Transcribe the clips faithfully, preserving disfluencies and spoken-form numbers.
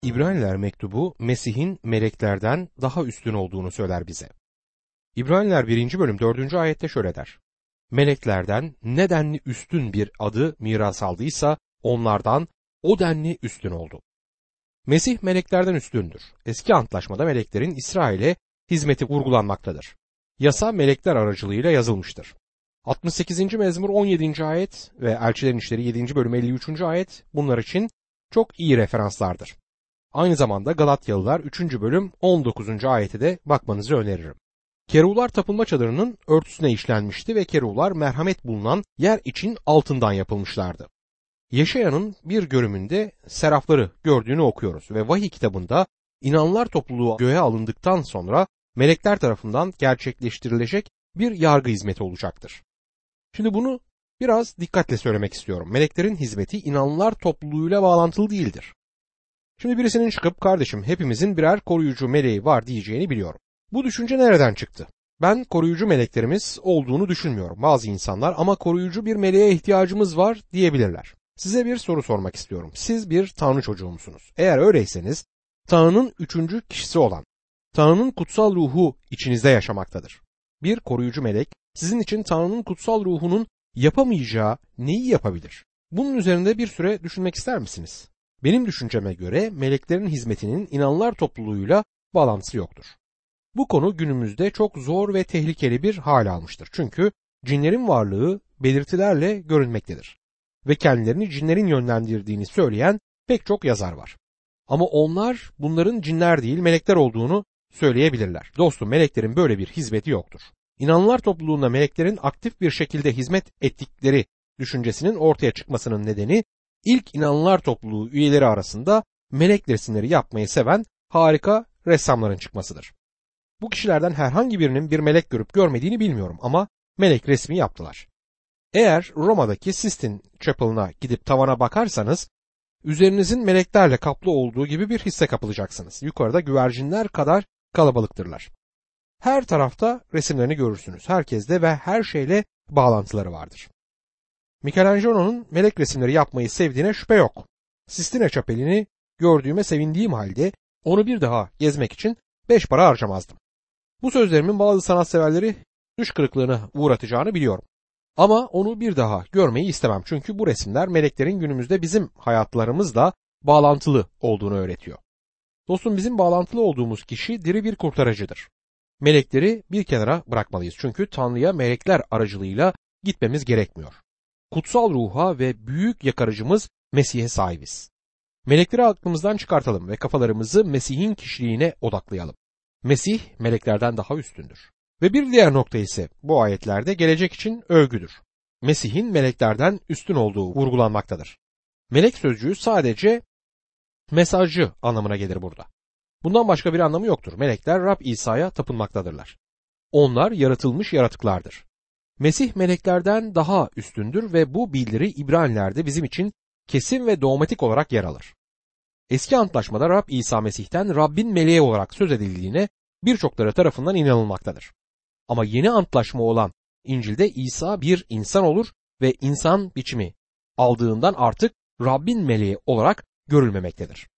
İbraniler mektubu Mesih'in meleklerden daha üstün olduğunu söyler bize. İbraniler birinci bölüm dördüncü ayette şöyle der. Meleklerden ne denli üstün bir adı miras aldıysa onlardan o denli üstün oldu. Mesih meleklerden üstündür. Eski antlaşmada meleklerin İsrail'e hizmeti vurgulanmaktadır. Yasa melekler aracılığıyla yazılmıştır. altmış sekizinci mezmur on yedinci ayet ve Elçilerin İşleri yedinci bölüm elli üçüncü ayet bunlar için çok iyi referanslardır. Aynı zamanda Galatyalılar üçüncü bölüm on dokuzuncu ayete de bakmanızı öneririm. Kerular tapınma çadırının örtüsüne işlenmişti ve kerular merhamet bulunan yer için altından yapılmışlardı. Yeşaya'nın bir görümünde serafları gördüğünü okuyoruz ve vahiy kitabında inananlar topluluğu göğe alındıktan sonra melekler tarafından gerçekleştirilecek bir yargı hizmeti olacaktır. Şimdi bunu biraz dikkatle söylemek istiyorum. Meleklerin hizmeti inananlar topluluğuyla bağlantılı değildir. Şimdi birisinin çıkıp kardeşim hepimizin birer koruyucu meleği var diyeceğini biliyorum. Bu düşünce nereden çıktı? Ben koruyucu meleklerimiz olduğunu düşünmüyorum bazı insanlar ama koruyucu bir meleğe ihtiyacımız var diyebilirler. Size bir soru sormak istiyorum. Siz bir Tanrı çocuğu musunuz? Eğer öyleyseniz Tanrı'nın üçüncü kişisi olan Tanrı'nın kutsal ruhu içinizde yaşamaktadır. Bir koruyucu melek sizin için Tanrı'nın kutsal ruhunun yapamayacağı neyi yapabilir? Bunun üzerinde bir süre düşünmek ister misiniz? Benim düşünceme göre meleklerin hizmetinin inananlar topluluğuyla bağlantısı yoktur. Bu konu günümüzde çok zor ve tehlikeli bir hal almıştır. Çünkü cinlerin varlığı belirtilerle görünmektedir. Ve kendilerini cinlerin yönlendirdiğini söyleyen pek çok yazar var. Ama onlar bunların cinler değil melekler olduğunu söyleyebilirler. Dostum meleklerin böyle bir hizmeti yoktur. İnananlar topluluğunda meleklerin aktif bir şekilde hizmet ettikleri düşüncesinin ortaya çıkmasının nedeni ilk inananlar topluluğu üyeleri arasında melek resimleri yapmayı seven harika ressamların çıkmasıdır. Bu kişilerden herhangi birinin bir melek görüp görmediğini bilmiyorum ama melek resmi yaptılar. Eğer Roma'daki Sistine Chapel'ına gidip tavana bakarsanız üzerinizin meleklerle kaplı olduğu gibi bir hisse kapılacaksınız. Yukarıda güvercinler kadar kalabalıktırlar. Her tarafta resimlerini görürsünüz. Herkeste ve her şeyle bağlantıları vardır. Michelangelo'nun melek resimleri yapmayı sevdiğine şüphe yok. Sistine Chapel'ini gördüğüme sevindiğim halde onu bir daha gezmek için beş para harcamazdım. Bu sözlerimin bazı sanatseverleri düş kırıklığına uğratacağını biliyorum. Ama onu bir daha görmeyi istemem çünkü bu resimler meleklerin günümüzde bizim hayatlarımızla bağlantılı olduğunu öğretiyor. Dostum bizim bağlantılı olduğumuz kişi diri bir kurtarıcıdır. Melekleri bir kenara bırakmalıyız çünkü Tanrı'ya melekler aracılığıyla gitmemiz gerekmiyor. Kutsal ruha ve büyük yakarıcımız Mesih'e sahibiz. Melekleri aklımızdan çıkartalım ve kafalarımızı Mesih'in kişiliğine odaklayalım. Mesih meleklerden daha üstündür. Ve bir diğer nokta ise bu ayetlerde gelecek için övgüdür. Mesih'in meleklerden üstün olduğu vurgulanmaktadır. Melek sözcüğü sadece mesajcı anlamına gelir burada. Bundan başka bir anlamı yoktur. Melekler Rab İsa'ya tapınmaktadırlar. Onlar yaratılmış yaratıklardır. Mesih meleklerden daha üstündür ve bu bildiri İbraniler'de bizim için kesin ve dogmatik olarak yer alır. Eski antlaşmada Rab İsa Mesih'ten Rabbin meleği olarak söz edildiğine birçokları tarafından inanılmaktadır. Ama yeni antlaşma olan İncil'de İsa bir insan olur ve insan biçimi aldığından artık Rabbin meleği olarak görülmemektedir.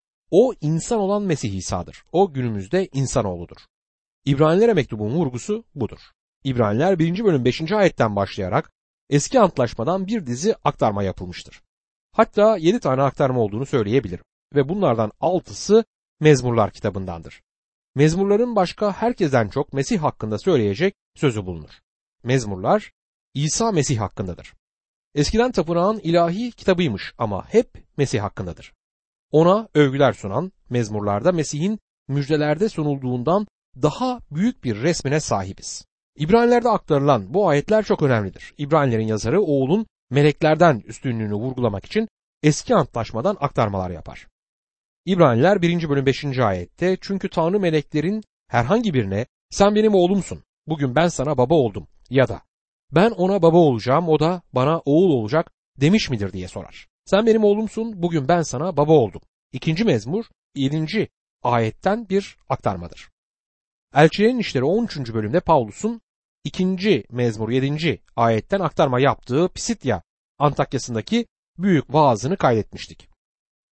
O insan olan Mesih İsa'dır. O günümüzde insanoğludur. İbranilere mektubun vurgusu budur. İbraniler birinci bölüm beşinci ayetten başlayarak eski antlaşmadan bir dizi aktarma yapılmıştır. Hatta yedi tane aktarma olduğunu söyleyebilirim ve bunlardan altısı Mezmurlar kitabındandır. Mezmurların başka herkesten çok Mesih hakkında söyleyecek sözü bulunur. Mezmurlar İsa Mesih hakkındadır. Eskiden tapınağın ilahi kitabıymış ama hep Mesih hakkındadır. Ona övgüler sunan mezmurlarda Mesih'in müjdelerde sunulduğundan daha büyük bir resmine sahibiz. İbraniler'de aktarılan bu ayetler çok önemlidir. İbranilerin yazarı oğlun meleklerden üstünlüğünü vurgulamak için eski antlaşmadan aktarmalar yapar. İbraniler birinci bölüm beşinci ayette çünkü Tanrı meleklerin herhangi birine sen benim oğlumsun, bugün ben sana baba oldum ya da ben ona baba olacağım o da bana oğul olacak demiş midir diye sorar. Sen benim oğlumsun, bugün ben sana baba oldum. İkinci mezmur yedinci ayetten bir aktarmadır. Elçilerin İşleri on üçüncü bölümde Pavlus'un ikinci mezmur yedinci ayetten aktarma yaptığı Pisidya Antakya'sındaki büyük vaazını kaydetmiştik.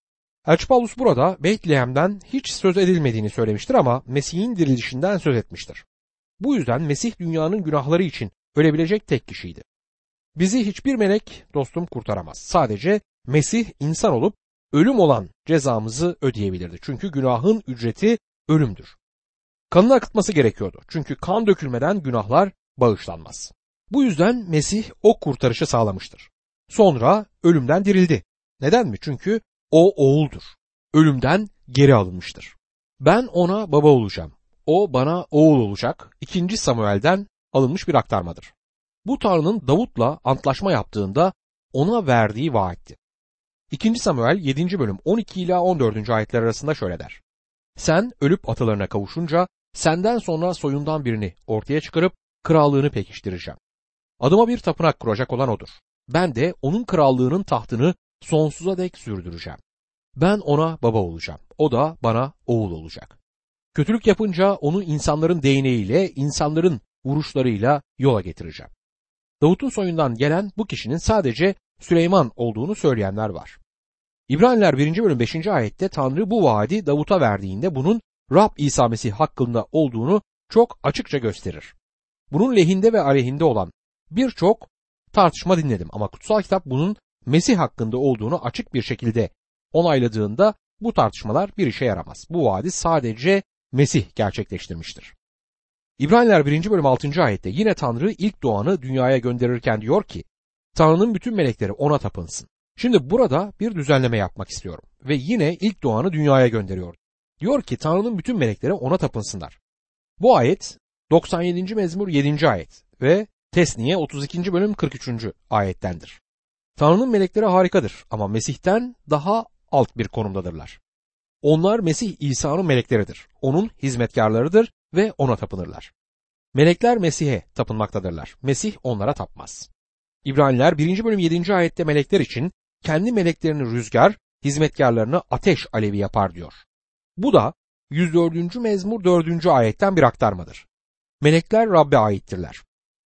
Elçi Paulus burada Betlehem'den hiç söz edilmediğini söylemiştir ama Mesih'in dirilişinden söz etmiştir. Bu yüzden Mesih dünyanın günahları için ölebilecek tek kişiydi. Bizi hiçbir melek dostum kurtaramaz. Sadece Mesih insan olup ölüm olan cezamızı ödeyebilirdi. Çünkü günahın ücreti ölümdür. Kanını akıtması gerekiyordu. Çünkü kan dökülmeden günahlar bağışlanmaz. Bu yüzden Mesih o kurtarışı sağlamıştır. Sonra ölümden dirildi. Neden mi? Çünkü o oğuldur. Ölümden geri alınmıştır. Ben ona baba olacağım. O bana oğul olacak. İkinci Samuel'den alınmış bir aktarmadır. Bu Tanrı'nın Davut'la antlaşma yaptığında ona verdiği vaatti. İkinci Samuel yedinci bölüm on iki ila on dördüncü ayetler arasında şöyle der. Sen ölüp atalarına kavuşunca senden sonra soyundan birini ortaya çıkarıp krallığını pekiştireceğim. Adıma bir tapınak kuracak olan odur. Ben de onun krallığının tahtını sonsuza dek sürdüreceğim. Ben ona baba olacağım. O da bana oğul olacak. Kötülük yapınca onu insanların değneğiyle, insanların vuruşlarıyla yola getireceğim. Davut'un soyundan gelen bu kişinin sadece Süleyman olduğunu söyleyenler var. İbraniler birinci bölüm beşinci ayette Tanrı bu vaadi Davut'a verdiğinde bunun Rab İsa Mesih hakkında olduğunu çok açıkça gösterir. Bunun lehinde ve aleyhinde olan birçok tartışma dinledim ama kutsal kitap bunun Mesih hakkında olduğunu açık bir şekilde onayladığında bu tartışmalar bir işe yaramaz. Bu vaadi sadece Mesih gerçekleştirmiştir. İbraniler birinci bölüm altıncı ayette yine Tanrı ilk doğanı dünyaya gönderirken diyor ki Tanrı'nın bütün melekleri ona tapınsın. Şimdi burada bir düzenleme yapmak istiyorum ve yine ilk doğanı dünyaya gönderiyor. Diyor ki Tanrı'nın bütün melekleri ona tapınsınlar. Bu ayet doksan yedinci mezmur yedinci ayet ve Tesniye otuz ikinci bölüm kırk üçüncü ayettendir. Tanrı'nın melekleri harikadır ama Mesih'ten daha alt bir konumdadırlar. Onlar Mesih İsa'nın melekleridir. Onun hizmetkarlarıdır ve ona tapınırlar. Melekler Mesih'e tapınmaktadırlar. Mesih onlara tapmaz. İbraniler birinci bölüm yedinci ayette melekler için kendi meleklerini rüzgar, hizmetkarlarını ateş alevi yapar diyor. Bu da yüz dördüncü mezmur dördüncü ayetten bir aktarmadır. Melekler Rab'be aittirler.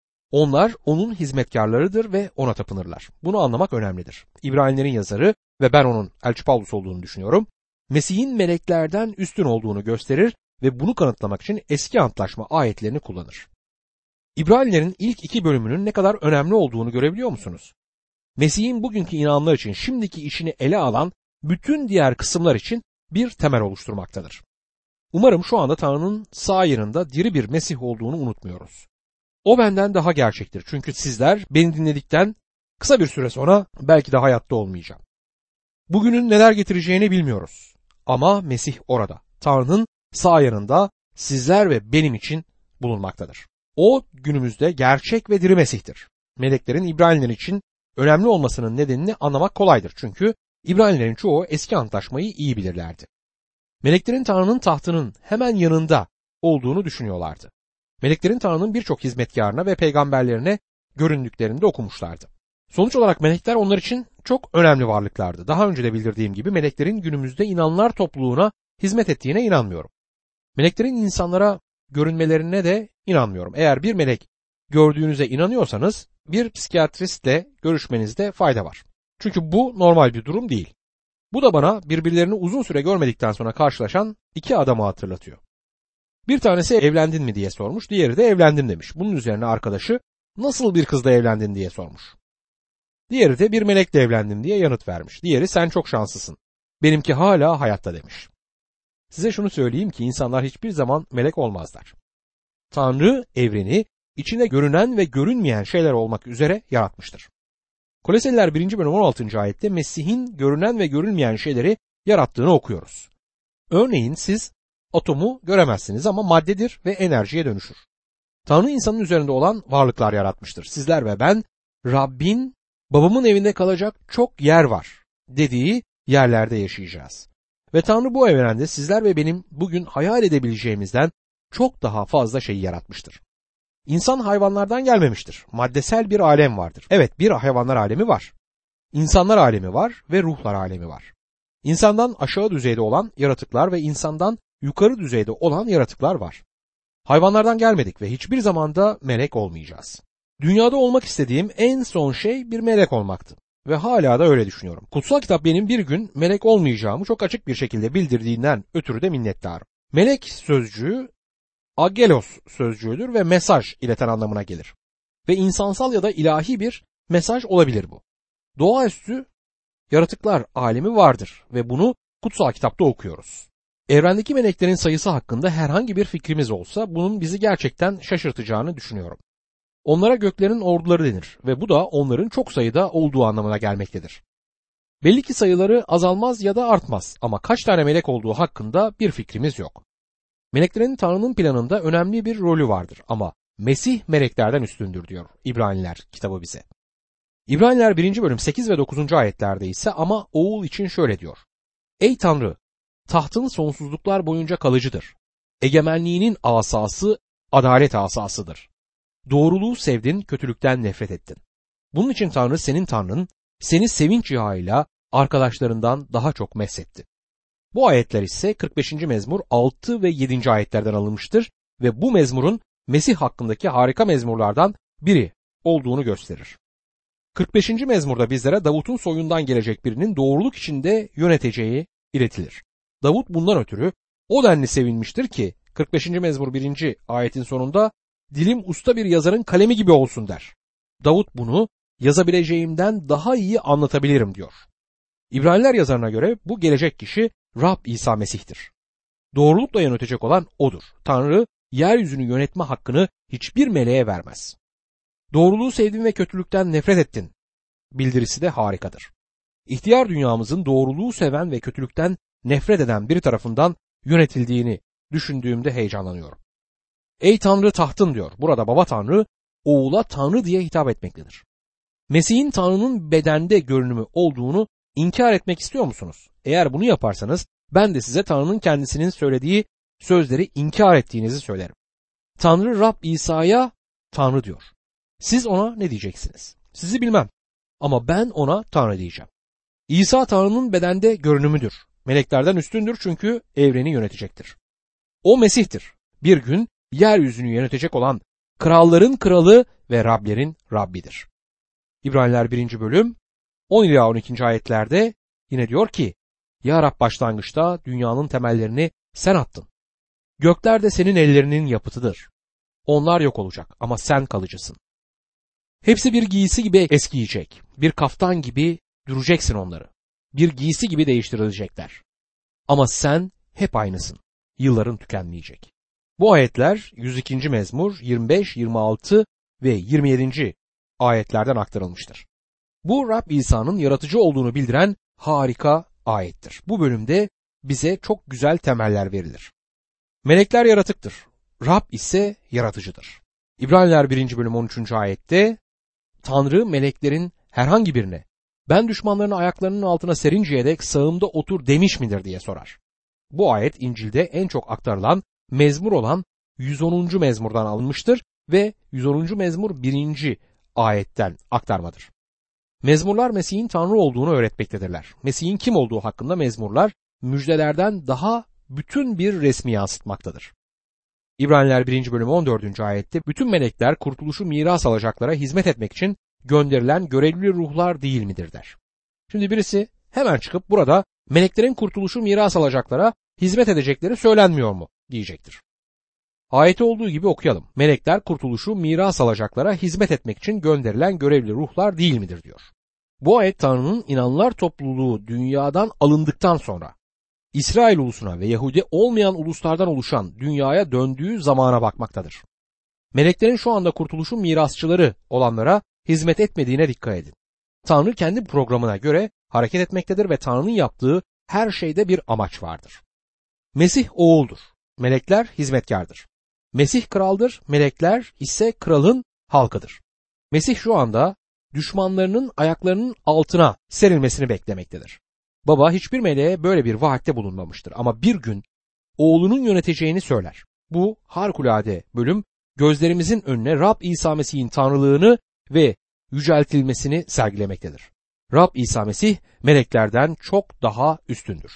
Onlar onun hizmetkarlarıdır ve ona tapınırlar. Bunu anlamak önemlidir. İbranilerin yazarı ve ben onun Elçi Paulus olduğunu düşünüyorum. Mesih'in meleklerden üstün olduğunu gösterir ve bunu kanıtlamak için eski antlaşma ayetlerini kullanır. İbranilerin ilk iki bölümünün ne kadar önemli olduğunu görebiliyor musunuz? Mesih'in bugünkü inananlar için şimdiki işini ele alan bütün diğer kısımlar için bir temel oluşturmaktadır. Umarım şu anda Tanrı'nın sağ yanında diri bir Mesih olduğunu unutmuyoruz. O benden daha gerçektir çünkü sizler beni dinledikten kısa bir süre sonra belki de hayatta olmayacağım. Bugünün neler getireceğini bilmiyoruz ama Mesih orada. Tanrı'nın sağ yanında sizler ve benim için bulunmaktadır. O günümüzde gerçek ve diri Mesih'tir. Meleklerin İbraniler için önemli olmasının nedenini anlamak kolaydır. Çünkü İbranilerin çoğu eski antlaşmayı iyi bilirlerdi. Meleklerin Tanrı'nın tahtının hemen yanında olduğunu düşünüyorlardı. Meleklerin Tanrı'nın birçok hizmetkarına ve peygamberlerine göründüklerini de okumuşlardı. Sonuç olarak melekler onlar için çok önemli varlıklardı. Daha önce de bildirdiğim gibi meleklerin günümüzde inananlar topluluğuna hizmet ettiğine inanmıyorum. Meleklerin insanlara görünmelerine de inanmıyorum. Eğer bir melek gördüğünüze inanıyorsanız bir psikiyatristle görüşmenizde fayda var. Çünkü bu normal bir durum değil. Bu da bana birbirlerini uzun süre görmedikten sonra karşılaşan iki adamı hatırlatıyor. Bir tanesi evlendin mi diye sormuş, diğeri de evlendim demiş. Bunun üzerine arkadaşı nasıl bir kızla evlendin diye sormuş. Diğeri de bir melekle evlendim diye yanıt vermiş. Diğeri sen çok şanslısın. Benimki hala hayatta demiş. Size şunu söyleyeyim ki insanlar hiçbir zaman melek olmazlar. Tanrı evreni içinde görünen ve görünmeyen şeyler olmak üzere yaratmıştır. Koloseliler birinci bölüm on altıncı ayette Mesih'in görünen ve görünmeyen şeyleri yarattığını okuyoruz. Örneğin siz atomu göremezsiniz ama maddedir ve enerjiye dönüşür. Tanrı insanın üzerinde olan varlıklar yaratmıştır. Sizler ve ben Rabbin babamın evinde kalacak çok yer var dediği yerlerde yaşayacağız. Ve Tanrı bu evrende sizler ve benim bugün hayal edebileceğimizden çok daha fazla şeyi yaratmıştır. İnsan hayvanlardan gelmemiştir. Maddesel bir alem vardır. Evet, bir hayvanlar alemi var. İnsanlar alemi var ve ruhlar alemi var. İnsandan aşağı düzeyde olan yaratıklar ve insandan yukarı düzeyde olan yaratıklar var. Hayvanlardan gelmedik ve hiçbir zamanda melek olmayacağız. Dünyada olmak istediğim en son şey bir melek olmaktı. ve hala da öyle düşünüyorum. Kutsal kitap benim bir gün melek olmayacağımı çok açık bir şekilde bildirdiğinden ötürü de minnettarım. Melek sözcüğü agelos sözcüğüdür ve mesaj ileten anlamına gelir. Ve insansal ya da ilahi bir mesaj olabilir bu. Doğaüstü yaratıklar alemi vardır ve bunu kutsal kitapta okuyoruz. Evrendeki meleklerin sayısı hakkında herhangi bir fikrimiz olsa bunun bizi gerçekten şaşırtacağını düşünüyorum. Onlara göklerin orduları denir ve bu da onların çok sayıda olduğu anlamına gelmektedir. Belli ki sayıları azalmaz ya da artmaz ama kaç tane melek olduğu hakkında bir fikrimiz yok. Meleklerin Tanrı'nın planında önemli bir rolü vardır ama Mesih meleklerden üstündür diyor İbraniler kitabı bize. İbraniler birinci bölüm sekiz ve dokuzuncu ayetlerde ise ama oğul için şöyle diyor. Ey Tanrı, tahtın sonsuzluklar boyunca kalıcıdır. Egemenliğinin asası adalet asasıdır. Doğruluğu sevdin, kötülükten nefret ettin. Bunun için Tanrı senin Tanrın, seni sevinç yağıyla arkadaşlarından daha çok mesetti. Bu ayetler ise kırk beşinci mezmur altı ve yedinci ayetlerden alınmıştır ve bu mezmurun Mesih hakkındaki harika mezmurlardan biri olduğunu gösterir. kırk beşinci mezmurda bizlere Davut'un soyundan gelecek birinin doğruluk içinde yöneteceği iletilir. Davut bundan ötürü o denli sevinmiştir ki kırk beşinci mezmur birinci ayetin sonunda dilim usta bir yazarın kalemi gibi olsun der. Davut bunu yazabileceğimden daha iyi anlatabilirim diyor. İbraniler yazarına göre bu gelecek kişi Rab İsa Mesih'tir. Doğrulukla yönetecek olan odur. Tanrı yeryüzünü yönetme hakkını hiçbir meleğe vermez. Doğruluğu sevdin ve kötülükten nefret ettin bildirisi de harikadır. İhtiyar dünyamızın doğruluğu seven ve kötülükten nefret eden biri tarafından yönetildiğini düşündüğümde heyecanlanıyorum. Ey Tanrı tahtın diyor. Burada baba Tanrı oğula Tanrı diye hitap etmektedir. Mesih'in Tanrı'nın bedende görünümü olduğunu inkar etmek istiyor musunuz? Eğer bunu yaparsanız ben de size Tanrı'nın kendisinin söylediği sözleri inkar ettiğinizi söylerim. Tanrı Rab İsa'ya Tanrı diyor. Siz ona ne diyeceksiniz? Sizi bilmem ama ben ona Tanrı diyeceğim. İsa Tanrı'nın bedende görünümüdür. Meleklerden üstündür çünkü evreni yönetecektir. O Mesih'tir. Bir gün yeryüzünü yönetecek olan kralların kralı ve Rablerin Rabbidir. İbraniler birinci bölüm on ila on ikinci ayetlerde yine diyor ki Ya Rab başlangıçta dünyanın temellerini sen attın. Gökler de senin ellerinin yapıtıdır. Onlar yok olacak ama sen kalıcısın. Hepsi bir giysi gibi eskiyecek. Bir kaftan gibi düreceksin onları. Bir giysi gibi değiştirilecekler. Ama sen hep aynısın. Yılların tükenmeyecek. Bu ayetler yüz ikinci mezmur yirmi beş, yirmi altı ve yirmi yedinci ayetlerden aktarılmıştır. Bu Rab İsa'nın yaratıcı olduğunu bildiren harika ayettir. Bu bölümde bize çok güzel temeller verilir. Melekler yaratıktır. Rab ise yaratıcıdır. İbraniler birinci bölüm on üçüncü ayette Tanrı meleklerin herhangi birine ben düşmanlarını ayaklarının altına serinceye dek sağımda otur demiş midir diye sorar. Bu ayet İncil'de en çok aktarılan mezmur olan yüz onuncu mezmurdan alınmıştır ve yüz onuncu mezmur birinci ayetten aktarmadır. Mezmurlar Mesih'in Tanrı olduğunu öğretmektedirler. Mesih'in kim olduğu hakkında mezmurlar müjdelerden daha bütün bir resmi yansıtmaktadır. İbraniler birinci bölüm on dördüncü ayette bütün melekler kurtuluşu miras alacaklara hizmet etmek için gönderilen görevli ruhlar değil midir der. Şimdi birisi hemen çıkıp burada meleklerin kurtuluşu miras alacaklara hizmet edecekleri söylenmiyor mu diyecektir. Ayeti olduğu gibi okuyalım. Melekler kurtuluşu miras alacaklara hizmet etmek için gönderilen görevli ruhlar değil midir diyor. Bu ayet Tanrı'nın inanlar topluluğu dünyadan alındıktan sonra İsrail ulusuna ve Yahudi olmayan uluslardan oluşan dünyaya döndüğü zamana bakmaktadır. Meleklerin şu anda kurtuluşun mirasçıları olanlara hizmet etmediğine dikkat edin. Tanrı kendi programına göre hareket etmektedir ve Tanrı'nın yaptığı her şeyde bir amaç vardır. Mesih oğuldur. Melekler hizmetkardır. Mesih kraldır. Melekler ise kralın halkıdır. Mesih şu anda düşmanlarının ayaklarının altına serilmesini beklemektedir. Baba hiçbir meleğe böyle bir vaatte bulunmamıştır ama bir gün oğlunun yöneteceğini söyler. Bu harikulade bölüm gözlerimizin önüne Rab İsa Mesih'in tanrılığını ve yüceltilmesini sergilemektedir. Rab İsa Mesih meleklerden çok daha üstündür.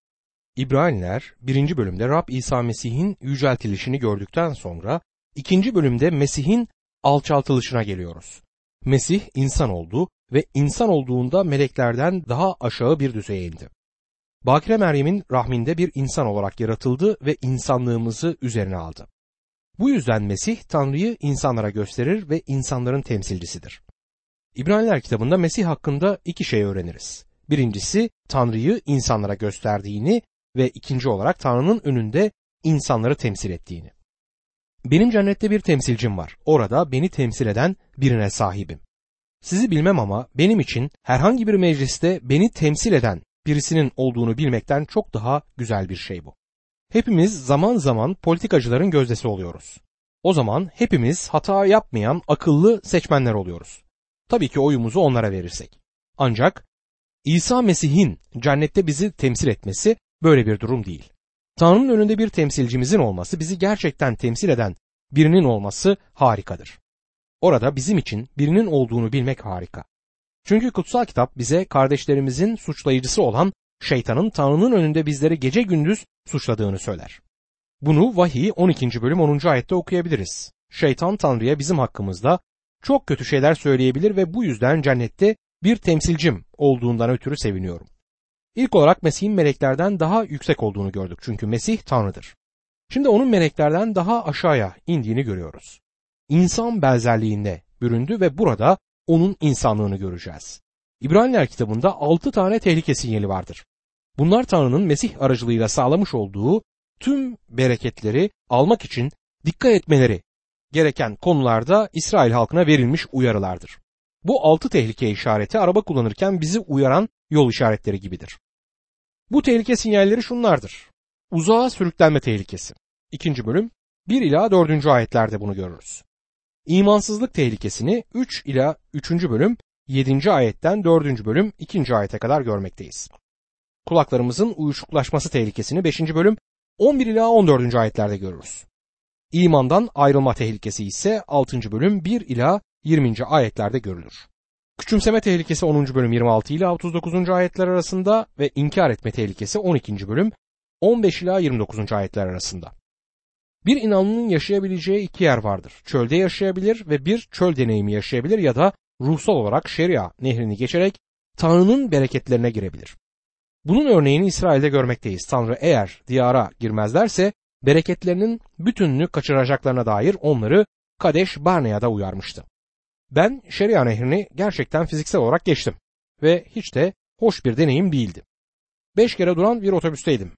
İbraniler birinci bölümde Rab İsa Mesih'in yüceltilişini gördükten sonra ikinci bölümde Mesih'in alçaltılışına geliyoruz. Mesih insan oldu ve insan olduğunda meleklerden daha aşağı bir düzeye indi. Bakire Meryem'in rahminde bir insan olarak yaratıldı ve insanlığımızı üzerine aldı. Bu yüzden Mesih Tanrı'yı insanlara gösterir ve insanların temsilcisidir. İbraniler kitabında Mesih hakkında iki şey öğreniriz. Birincisi Tanrı'yı insanlara gösterdiğini ve ikinci olarak Tanrı'nın önünde insanları temsil ettiğini. Benim cennette bir temsilcim var. Orada beni temsil eden birine sahibim. Sizi bilmem ama benim için herhangi bir mecliste beni temsil eden birisinin olduğunu bilmekten çok daha güzel bir şey bu. Hepimiz zaman zaman politikacıların gözdesi oluyoruz. O zaman hepimiz hata yapmayan akıllı seçmenler oluyoruz. Tabii ki oyumuzu onlara verirsek. Ancak İsa Mesih'in cennette bizi temsil etmesi böyle bir durum değil. Tanrı'nın önünde bir temsilcimizin olması, bizi gerçekten temsil eden birinin olması harikadır. Orada bizim için birinin olduğunu bilmek harika. Çünkü kutsal kitap bize kardeşlerimizin suçlayıcısı olan şeytanın Tanrı'nın önünde bizleri gece gündüz suçladığını söyler. Bunu Vahiy on ikinci bölüm onuncu ayette okuyabiliriz. Şeytan Tanrı'ya bizim hakkımızda çok kötü şeyler söyleyebilir ve bu yüzden cennette bir temsilcim olduğundan ötürü seviniyorum. İlk olarak Mesih'in meleklerden daha yüksek olduğunu gördük çünkü Mesih Tanrı'dır. Şimdi onun meleklerden daha aşağıya indiğini görüyoruz. İnsan benzerliğinde büründü ve burada onun insanlığını göreceğiz. İbraniler kitabında altı tane tehlike sinyali vardır. Bunlar Tanrı'nın Mesih aracılığıyla sağlamış olduğu tüm bereketleri almak için dikkat etmeleri gereken konularda İsrail halkına verilmiş uyarılardır. Bu altı tehlike işareti araba kullanırken bizi uyaran yol işaretleri gibidir. Bu tehlike sinyalleri şunlardır. Uzağa sürüklenme tehlikesi. İkinci bölüm bir ila dördüncü ayetlerde bunu görürüz. İmansızlık tehlikesini üç ila üçüncü bölüm yedinci ayetten dördüncü bölüm ikinci ayete kadar görmekteyiz. Kulaklarımızın uyuşuklaşması tehlikesini beşinci bölüm on bir ila on dördüncü ayetlerde görürüz. İmandan ayrılma tehlikesi ise altıncı bölüm bir ila yirminci ayetlerde görülür. Küçümseme tehlikesi onuncu bölüm yirmi altı ila otuz dokuzuncu ayetler arasında ve inkar etme tehlikesi on ikinci bölüm on beş ila yirmi dokuzuncu ayetler arasında. Bir inanlının yaşayabileceği iki yer vardır. Çölde yaşayabilir ve bir çöl deneyimi yaşayabilir ya da ruhsal olarak Şeria nehrini geçerek Tanrı'nın bereketlerine girebilir. Bunun örneğini İsrail'de görmekteyiz. Tanrı eğer diyara girmezlerse bereketlerinin bütününü kaçıracaklarına dair onları Kadeş Barnea'da uyarmıştı. Ben Şeria nehrini gerçekten fiziksel olarak geçtim ve hiç de hoş bir deneyim değildi. Beş kere duran bir otobüsteydim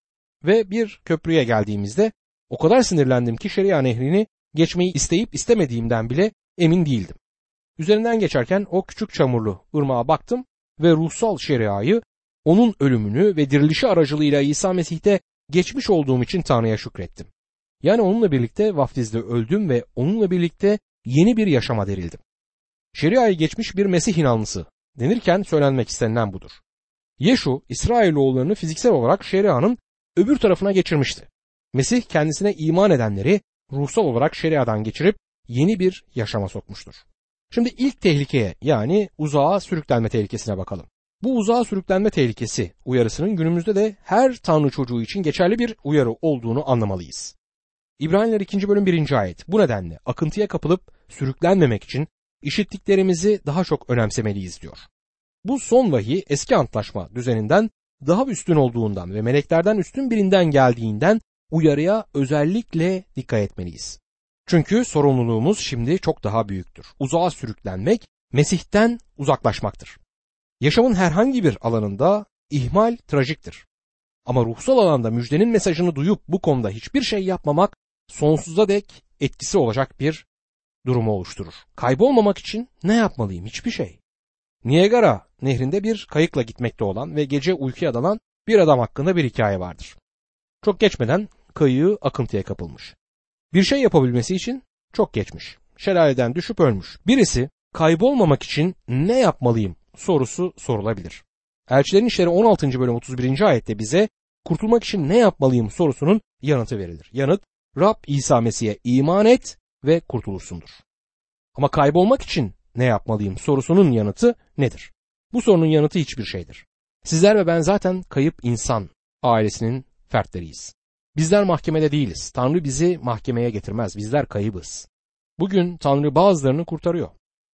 ve bir köprüye geldiğimizde o kadar sinirlendim ki Şeria nehrini geçmeyi isteyip istemediğimden bile emin değildim. Üzerinden geçerken o küçük çamurlu ırmağa baktım ve ruhsal şeriayı, onun ölümünü ve dirilişi aracılığıyla İsa Mesih'te geçmiş olduğum için Tanrı'ya şükrettim. Yani onunla birlikte vaftizde öldüm ve onunla birlikte yeni bir yaşama dirildim. Şeriayı geçmiş bir Mesih inanlısı denirken söylenmek istenilen budur. Yeşu, İsrailoğullarını fiziksel olarak şerianın öbür tarafına geçirmişti. Mesih kendisine iman edenleri ruhsal olarak şeriadan geçirip yeni bir yaşama sokmuştur. Şimdi ilk tehlikeye, yani uzağa sürüklenme tehlikesine bakalım. Bu uzağa sürüklenme tehlikesi uyarısının günümüzde de her Tanrı çocuğu için geçerli bir uyarı olduğunu anlamalıyız. İbraniler ikinci bölüm birinci ayet. Bu nedenle akıntıya kapılıp sürüklenmemek için işittiklerimizi daha çok önemsemeliyiz diyor. Bu son vahiy eski antlaşma düzeninden daha üstün olduğundan ve meleklerden üstün birinden geldiğinden uyarıya özellikle dikkat etmeliyiz. Çünkü sorumluluğumuz şimdi çok daha büyüktür. Uzağa sürüklenmek Mesih'ten uzaklaşmaktır. Yaşamın herhangi bir alanında ihmal trajiktir. Ama ruhsal alanda müjdenin mesajını duyup bu konuda hiçbir şey yapmamak sonsuza dek etkisi olacak bir durumu oluşturur. Kaybolmamak için ne yapmalıyım? Hiçbir şey. Niagara nehrinde bir kayıkla gitmekte olan ve gece uykuya dalan bir adam hakkında bir hikaye vardır. Çok geçmeden kayığı akıntıya kapılmış. Bir şey yapabilmesi için çok geçmiş. Şelaleden düşüp ölmüş. Birisi kaybolmamak için ne yapmalıyım sorusu sorulabilir. Elçilerin İşleri on altıncı bölüm otuz birinci ayette bize kurtulmak için ne yapmalıyım sorusunun yanıtı verilir. Yanıt, Rab İsa Mesih'e iman et ve kurtulursundur. Ama kaybolmak için ne yapmalıyım sorusunun yanıtı nedir? Bu sorunun yanıtı hiçbir şeydir. Sizler ve ben zaten kayıp insan ailesinin fertleriyiz. Bizler mahkemede değiliz. Tanrı bizi mahkemeye getirmez. Bizler kaybız. Bugün Tanrı bazılarını kurtarıyor.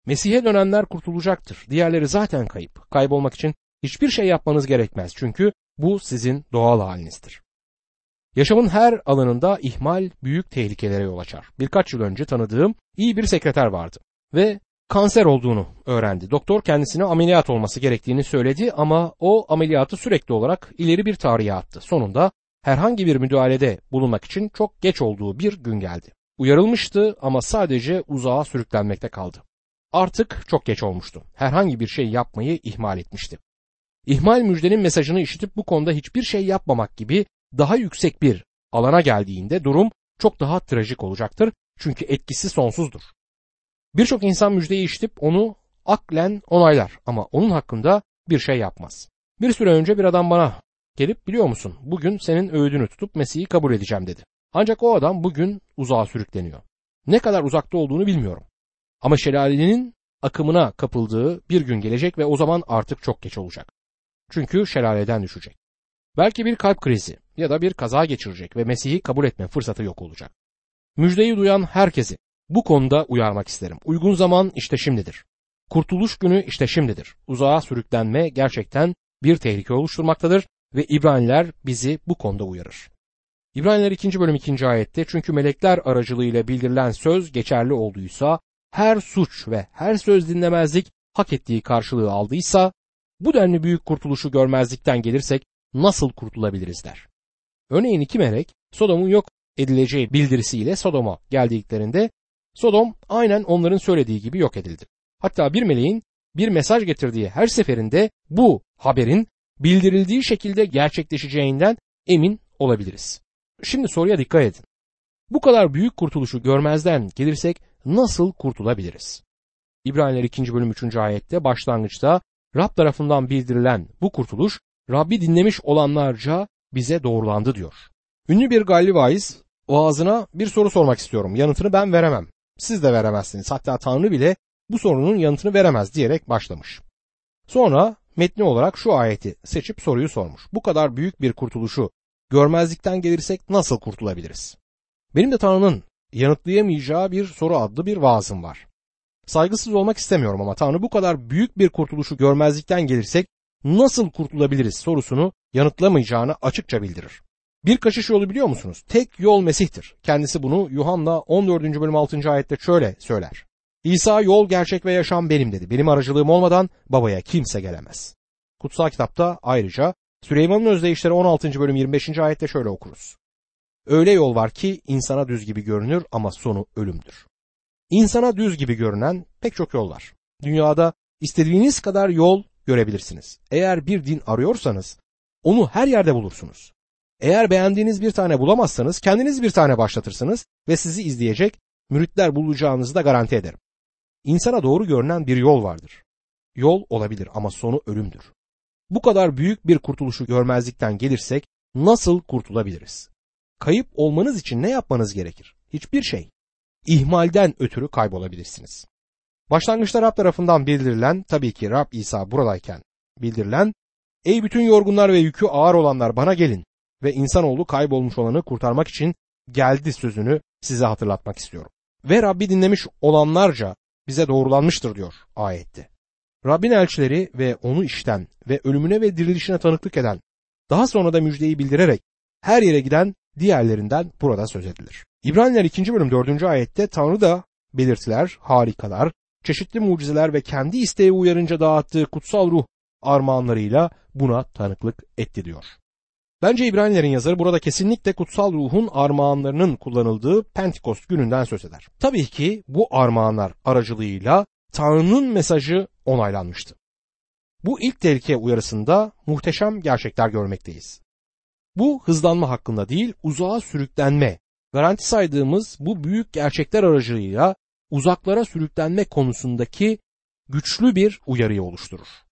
Mesih'e dönenler kurtulacaktır. Diğerleri zaten kayıp. Kaybolmak için hiçbir şey yapmanız gerekmez. Çünkü bu sizin doğal halinizdir. Yaşamın her alanında ihmal büyük tehlikelere yol açar. Birkaç yıl önce tanıdığım iyi bir sekreter vardı ve kanser olduğunu öğrendi. Doktor kendisine ameliyat olması gerektiğini söyledi ama o ameliyatı sürekli olarak ileri bir tarihe attı. Sonunda herhangi bir müdahalede bulunmak için çok geç olduğu bir gün geldi. Uyarılmıştı ama sadece uzağa sürüklenmekte kaldı. Artık çok geç olmuştu. Herhangi bir şey yapmayı ihmal etmişti. İhmal müjdenin mesajını işitip bu konuda hiçbir şey yapmamak gibi daha yüksek bir alana geldiğinde durum çok daha trajik olacaktır. Çünkü etkisi sonsuzdur. Birçok insan müjdeyi işitip onu aklen onaylar ama onun hakkında bir şey yapmaz. Bir süre önce bir adam bana gelip biliyor musun bugün senin öğüdünü tutup Mesih'i kabul edeceğim dedi. Ancak o adam bugün uzağa sürükleniyor. Ne kadar uzakta olduğunu bilmiyorum. Ama şelalenin akımına kapıldığı bir gün gelecek ve o zaman artık çok geç olacak. Çünkü şelaleden düşecek. Belki bir kalp krizi ya da bir kaza geçirecek ve Mesih'i kabul etme fırsatı yok olacak. Müjdeyi duyan herkesi bu konuda uyarmak isterim. Uygun zaman işte şimdidir. Kurtuluş günü işte şimdidir. Uzağa sürüklenme gerçekten bir tehlike oluşturmaktadır ve İbraniler bizi bu konuda uyarır. İbraniler ikinci bölüm ikinci ayette çünkü melekler aracılığıyla bildirilen söz geçerli olduysa, her suç ve her söz dinlemezlik hak ettiği karşılığı aldıysa, bu denli büyük kurtuluşu görmezlikten gelirsek nasıl kurtulabiliriz der. Örneğin iki melek Sodom'un yok edileceği bildirisiyle Sodom'a geldiklerinde Sodom aynen onların söylediği gibi yok edildi. Hatta bir meleğin bir mesaj getirdiği her seferinde bu haberin bildirildiği şekilde gerçekleşeceğinden emin olabiliriz. Şimdi soruya dikkat edin. Bu kadar büyük kurtuluşu görmezden gelirsek nasıl kurtulabiliriz? İbraniler ikinci bölüm üçüncü ayette başlangıçta Rab tarafından bildirilen bu kurtuluş Rabbi dinlemiş olanlarca bize doğrulandı diyor. Ünlü bir Galli vaiz vaazına bir soru sormak istiyorum. Yanıtını ben veremem. Siz de veremezsiniz. Hatta Tanrı bile bu sorunun yanıtını veremez diyerek başlamış. Sonra metni olarak şu ayeti seçip soruyu sormuş. Bu kadar büyük bir kurtuluşu görmezlikten gelirsek nasıl kurtulabiliriz? Benim de Tanrı'nın yanıtlayamayacağı bir soru adlı bir vaazım var. Saygısız olmak istemiyorum ama Tanrı bu kadar büyük bir kurtuluşu görmezlikten gelirsek nasıl kurtulabiliriz sorusunu yanıtlamayacağını açıkça bildirir. Bir kaçış yolu biliyor musunuz? Tek yol Mesih'tir. Kendisi bunu Yuhanna on dördüncü bölüm altıncı ayette şöyle söyler. İsa yol, gerçek ve yaşam benim dedi. Benim aracılığım olmadan babaya kimse gelemez. Kutsal kitapta ayrıca Süleyman'ın özdeyişleri on altıncı bölüm yirmi beşinci ayette şöyle okuruz. Öyle yol var ki insana düz gibi görünür ama sonu ölümdür. İnsana düz gibi görünen pek çok yol var. Dünyada istediğiniz kadar yol görebilirsiniz. Eğer bir din arıyorsanız onu her yerde bulursunuz. Eğer beğendiğiniz bir tane bulamazsanız kendiniz bir tane başlatırsınız ve sizi izleyecek müritler bulacağınızı da garanti ederim. İnsana doğru görünen bir yol vardır. Yol olabilir ama sonu ölümdür. Bu kadar büyük bir kurtuluşu görmezlikten gelirsek nasıl kurtulabiliriz? Kayıp olmanız için ne yapmanız gerekir? Hiçbir şey. İhmalden ötürü kaybolabilirsiniz. Başlangıçta Rab tarafından bildirilen, tabii ki Rab İsa buradayken bildirilen, ey bütün yorgunlar ve yükü ağır olanlar bana gelin ve insanoğlu kaybolmuş olanı kurtarmak için geldi sözünü size hatırlatmak istiyorum. Ve Rabbi dinlemiş olanlarca bize doğrulanmıştır diyor ayette. Rabbin elçileri ve onu işten ve ölümüne ve dirilişine tanıklık eden, daha sonra da müjdeyi bildirerek her yere giden diğerlerinden burada söz edilir. İbraniler ikinci bölüm dördüncü ayette Tanrı da belirtiler, harikalar, çeşitli mucizeler ve kendi isteği uyarınca dağıttığı kutsal ruh armağanlarıyla buna tanıklık etti diyor. Bence İbranilerin yazarı burada kesinlikle kutsal ruhun armağanlarının kullanıldığı Pentekost gününden söz eder. Tabii ki bu armağanlar aracılığıyla Tanrı'nın mesajı onaylanmıştı. Bu ilk tehlike uyarısında muhteşem gerçekler görmekteyiz. Bu hızlanma hakkında değil, uzağa sürüklenme, garanti saydığımız bu büyük gerçekler aracılığıyla uzaklara sürüklenme konusundaki güçlü bir uyarıyı oluşturur.